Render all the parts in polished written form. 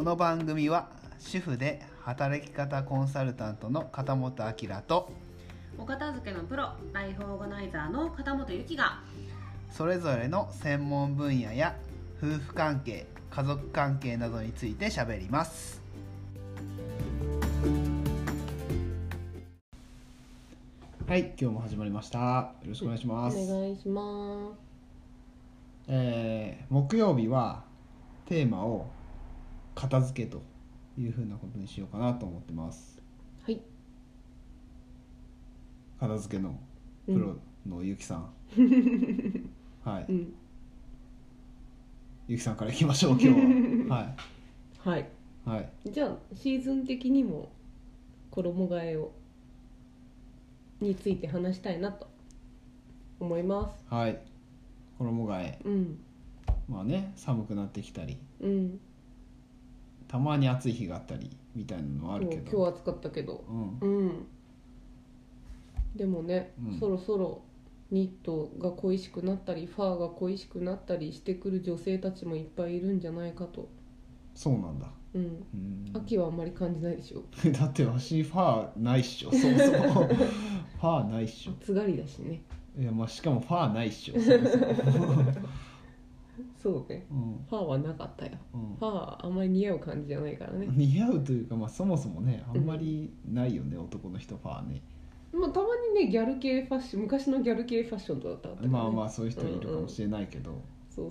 の番組は主婦で働き方コンサルタントの片本明とお片付けのプロライフオーガナイザーの片本由紀がそれぞれの専門分野や夫婦関係、家族関係などについてしゃべります。はい、今日も始まりました。よろしくお願いします。 お願いします。 木曜日はテーマを片付けというふうなことにしようかなと思ってます。 はい。 片付けのプロのゆきさん、はい、ゆきさんからいきましょう今日ははい、はい、じゃあシーズン的にも衣替えについて話したいなと思います。 はい、衣替え、まあね、寒くなってきたり、たまに暑い日があったりみたいなのはあるけど、 今日暑かったけど、でもね、そろそろニットが恋しくなったりファーが恋しくなったりしてくる女性たちもいっぱいいるんじゃないかと。 そうなんだ。 秋はあんまり感じないでしょだって私ファーないっしょ、そもそもファーないっしょ、 暑がりだしね。 いや、まあしかもファーないっしょそうね、ファーはなかったよ、ファーあんまり似合う感じじゃないからね。 似合うというか、まあそもそもね、あんまりないよね、男の人ファーね。 まあ、たまにねギャル系ファッション、昔のギャル系ファッションとだったからね。 まあまあそういう人いるかもしれないけど、 そう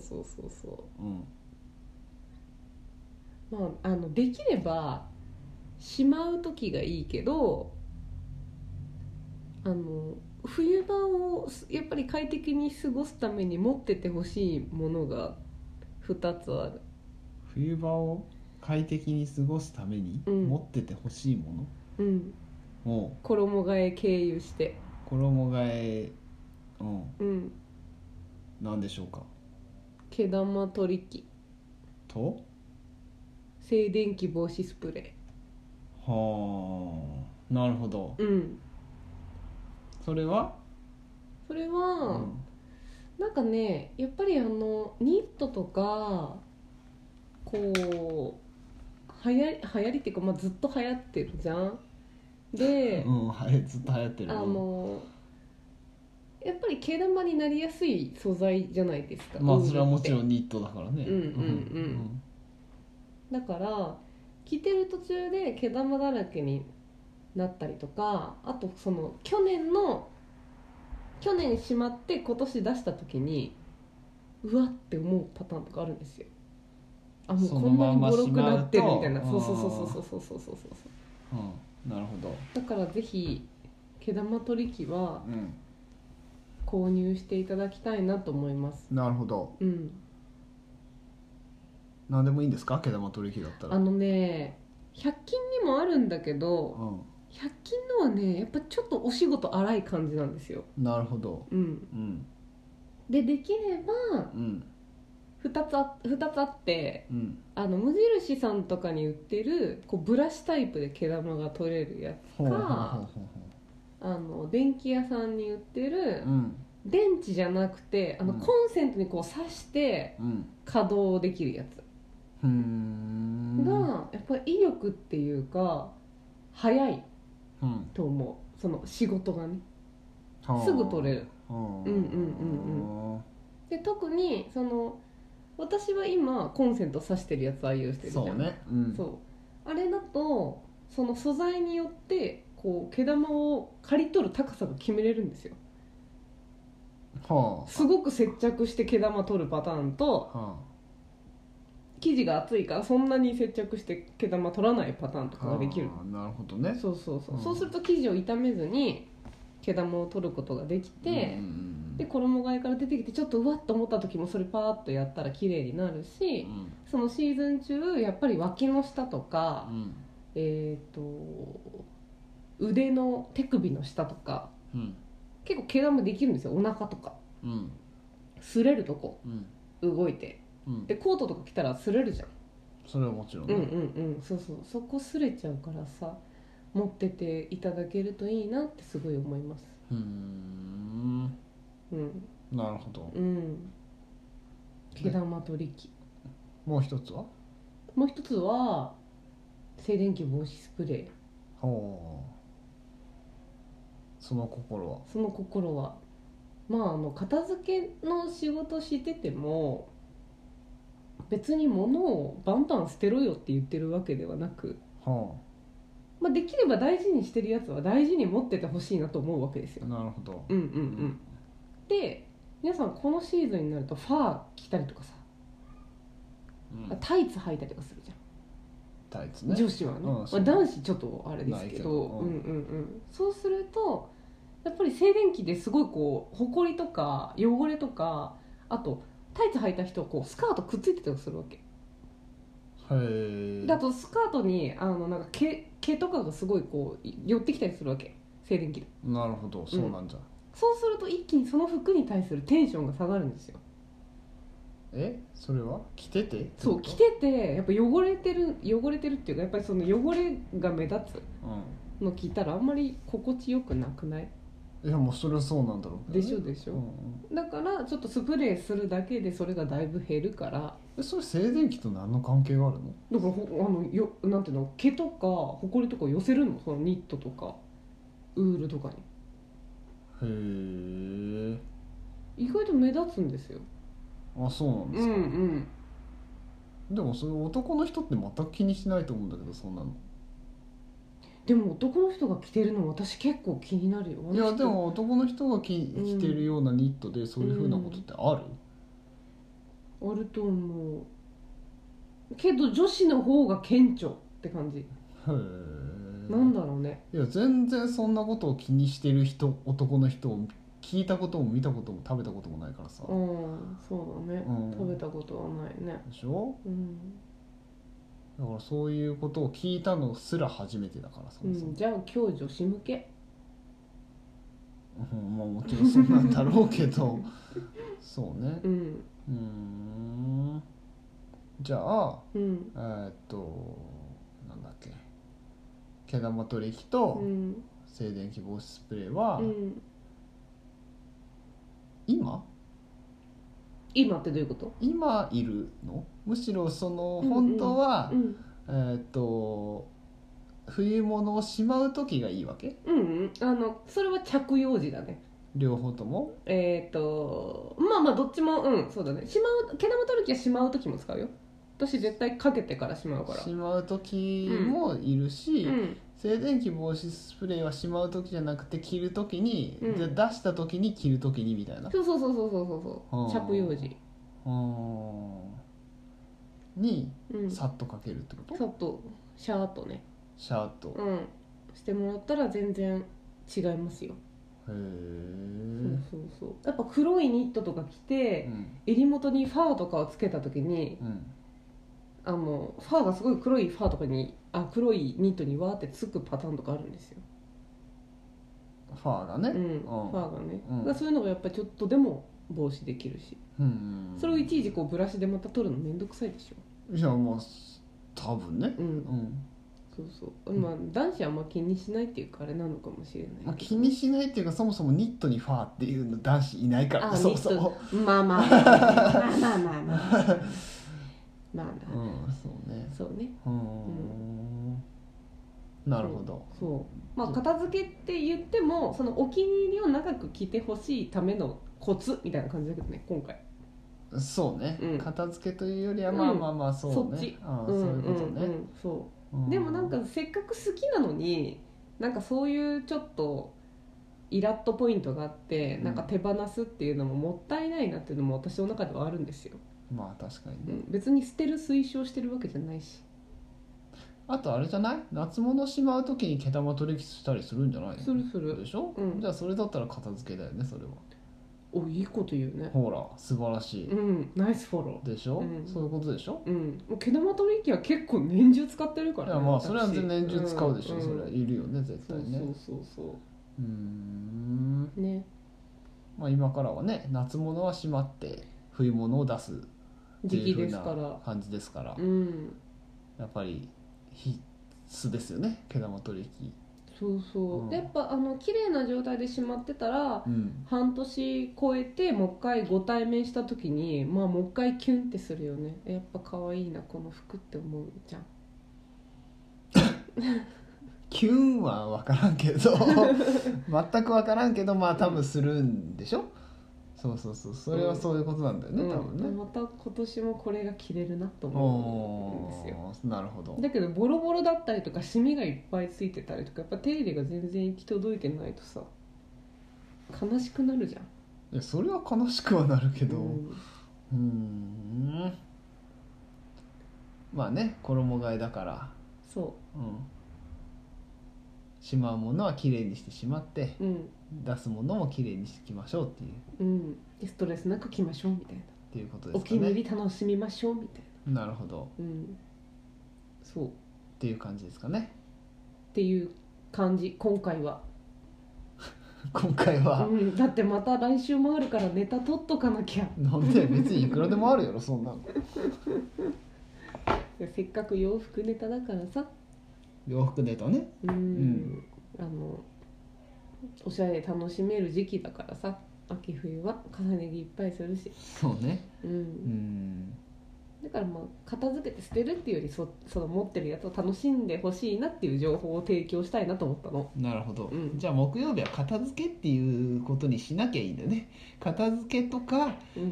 まあできればしまう時がいいけど、冬場をやっぱり快適に過ごすために持っててほしいものが2つある。 冬場を快適に過ごすために持っててほしいもの、 衣替え経由して衣替え、何でしょうか。 毛玉取り機と静電気防止スプレー。はあ、なるほど。それは、 なんかね、やっぱりニットとかこう流行りっていうか、まあ、ずっと流行ってるじゃん。で、 ずっと流行ってる。 やっぱり毛玉になりやすい素材じゃないですか。 まあそれはもちろんニットだからね。 だから着てる途中で毛玉だらけになったりとか、あとその去年しまって今年出した時にうわって思うパターンとかあるんですよ。あ、もうこんなにボロくなってるみたいな。そうなるほど。 だからぜひ毛玉取り機は購入していただきたいなと思います。 なるほど。何でもいいんですか、毛玉取り機だったら。 100均にもあるんだけど、100均のはねやっぱちょっとお仕事荒い感じなんですよ。 なるほど。 できれば、2つあって、無印さんとかに売ってるこうブラシタイプで毛玉が取れるやつか、電気屋さんに売ってる、電池じゃなくてコンセントにこう挿して稼働できるやつがやっぱり威力っていうか早いと思う。その仕事がねすぐ取れる。で特に私は今コンセント挿してるやつ愛用してるじゃん。 そうね、 あれだとその素材によってこう毛玉を刈り取る高さが決めれるんですよ。すごく接着して毛玉取るパターンと、生地が厚いからそんなに接着して毛玉取らないパターンとかができる。 なるほどね。 そうすると生地を傷めずに毛玉を取ることができて、で衣替えから出てきてちょっとうわっと思った時もそれパーッとやったら綺麗になるし、そのシーズン中やっぱり脇の下とか、腕の手首の下とか、結構毛玉できるんですよ。お腹とか、擦れるとこ、動いて、でコートとか着たら擦れるじゃん。 それはもちろんね。 そこ擦れちゃうからさ、持ってていただけるといいなってすごい思います。 なるほど。 毛玉取り機。 もう一つはもう一つは静電気防止スプレー。 ほう。その心は？ その心は片付けの仕事してても別に物をバンバン捨てろよって言ってるわけではなく、できれば大事にしてるやつは大事に持っててほしいなと思うわけですよ。 なるほど。 で、皆さんこのシーズンになるとファー着たりとかさ、タイツ履いたりとかするじゃん。 タイツね。 女子はね、男子ちょっとあれですけど、そうするとやっぱり静電気ですごいこうホコリとか汚れとか、あとタイツ履いた人はこうスカートくっついてたりするわけ。だとスカートになんか毛とかがすごいこう寄ってきたりするわけ、静電気で。 なるほど、そうなんじゃ。 そうすると一気にその服に対するテンションが下がるんですよ。 それは着てて？ そう着ててやっぱ汚れてるっていうか、やっぱりその汚れが目立つの着たらあんまり心地よくなくない？ いやもうそれはそうなんだろうけどね。でしょ、だからちょっとスプレーするだけでそれがだいぶ減るから。 それ静電気と何の関係があるの？ だからなんていうの、毛とかホコリとか寄せるの、そのニットとかウールとかに。 へえ。 意外と目立つんですよ。 あ、そうなんですか。でもそれ男の人って全く気にしないと思うんだけど、そんなの。 でも男の人が着てるの私結構気になるよ。 いやでも男の人が着てるようなニットでそういうふうなことってある？ あると思うけど女子の方が顕著って感じ。へえ。なんだろうね。 いや全然そんなことを気にしてる男の人を聞いたことも見たことも食べたこともないからさ。 そうだね、食べたことはないね。 でしょ。だからそういうことを聞いたのすら初めてだからさ。 じゃあ今日女子向け。 もちろんそうなんだろうけどそうね。じゃあなんだっけ、毛玉取り器と静電気防止スプレーは、今ってどういうこと？ 今いるの？むしろその本当は冬物をしまう時がいいわけ？ それは着用時だね。 両方とも？ どっちもそうだね。毛玉取る気はしまう時も使うよ。私絶対かけてからしまうから。 しまう時もいるし、静電気防止スプレーはしまう時じゃなくて着る時に、出した時に着る時にみたいな。 そう着用時にさっとかけるってこと？ さっとシャーっとね。 シャーっとしてもらったら全然違いますよ。 へえ。 そうやっぱ黒いニットとか着て、襟元にファーとかをつけた時に、ファーがすごい黒いファーとかに黒いニットにわーってつくパターンとかあるんですよ。 ファーがね。 ファーがね、そういうのがやっぱりちょっとでも防止できるし、それをいちいちこうブラシでまた取るのめんどくさいでしょ。 いや多分ね。 男子はあんま気にしないっていうかあれなのかもしれない。 気にしないっていうか、そもそもニットにファーっていうの男子いないからね。そもそもまあそうね。 なるほど。 片付けって言ってもそのお気に入りを長く着てほしいためのコツみたいな感じだけどね、今回。 そうね、片付けというよりはそうね、 そっち。 そういうことね。 でもなんかせっかく好きなのになんかそういうちょっとイラッとポイントがあって、なんか手放すっていうのももったいないなっていうのも私の中ではあるんですよ。 確かにね、 別に捨てる推奨してるわけじゃないし。 あとあれじゃない、夏物しまう時に毛玉取りしたりするんじゃないの？ するでしょ、じゃあそれだったら片付けだよね、それは。 いいこと言うね。 ほら素晴らしい。 ナイスフォローでしょ、そういうことでしょ。 もう毛玉取り機は結構年中使ってるからね。 いやそれは年中使うでしょ、それはいるよね絶対ね。 そうね。 今からはね、夏物はしまって冬物を出す時期ですから、 感じですから、やっぱり必須ですよね、毛玉取り機。 そうそう、でやっぱ綺麗な状態でしまってたら、半年超えてもう一回ご対面した時にまあもう一回キュンってするよね。やっぱ可愛いなこの服って思うじゃん。 キュンは分からんけど全く分からんけどまあ多分するんでしょ、そうそうそう、それはそういうことなんだよね、多分ね。 また今年もこれが着れるなと思うんですよ。 なるほど。 だけどボロボロだったりとかシミがいっぱいついてたりとか、やっぱ手入れが全然行き届いてないとさ悲しくなるじゃん。 いやそれは悲しくはなるけど、まあね、衣替えだから、 そう、 しまうものはきれいにしてしまって、出すものもきれいにしていきましょうっていう、 ストレスなく着ましょうみたいなっていうことですかね。 お気に入り楽しみましょうみたいな。なるほど、 そうっていう感じですかね。 っていう感じ今回は今回は、 だってまた来週もあるからネタ取っとかなきゃ。 なんで別にいくらでもあるよそんなのせっかく洋服ネタだからさ。 洋服ネタね、 おしゃれ楽しめる時期だからさ、秋冬は重ね着いっぱいするし。 そうね、 だからまあ片付けて捨てるっていうよりその持ってるやつを楽しんでほしいなっていう情報を提供したいなと思ったの。 なるほど、じゃあ木曜日は片付けっていうことにしなきゃいいんだね。片付けとか、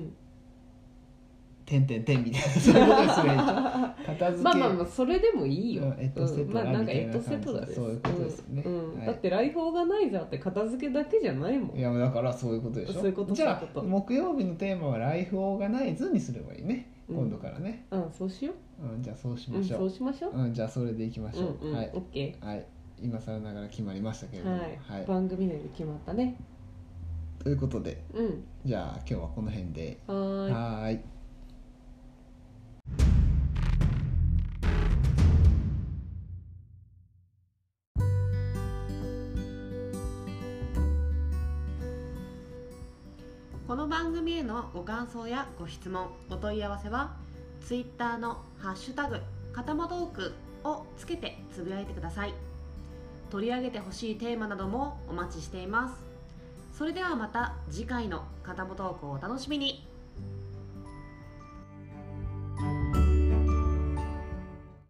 てんてんてんみたいな、そういうことですね片付けまあそれでもいいよ。 エトセトラみたいな感じで、 エトセトラです。 そういうことですね、 だって来訪がないじゃんって片付けだけじゃないもん。 いやだからそういうことでしょ。 そういうこと。 じゃあ木曜日のテーマはライフオーガナイズにすればいいね、今度からね。 そうしよう。じゃあそうしましょう。 そうしましょう。 じゃあそれでいきましょう。はい。 オッケー。はい。今更ながら決まりましたけれども、 はい。番組内で決まったね。 ということで、じゃあ今日はこの辺で。はい。 この番組へのご感想やご質問、お問い合わせは Twitter のハッシュタグかたまトークをつけてつぶやいてください。取り上げてほしいテーマなどもお待ちしています。それではまた次回のかたまトークをお楽しみに。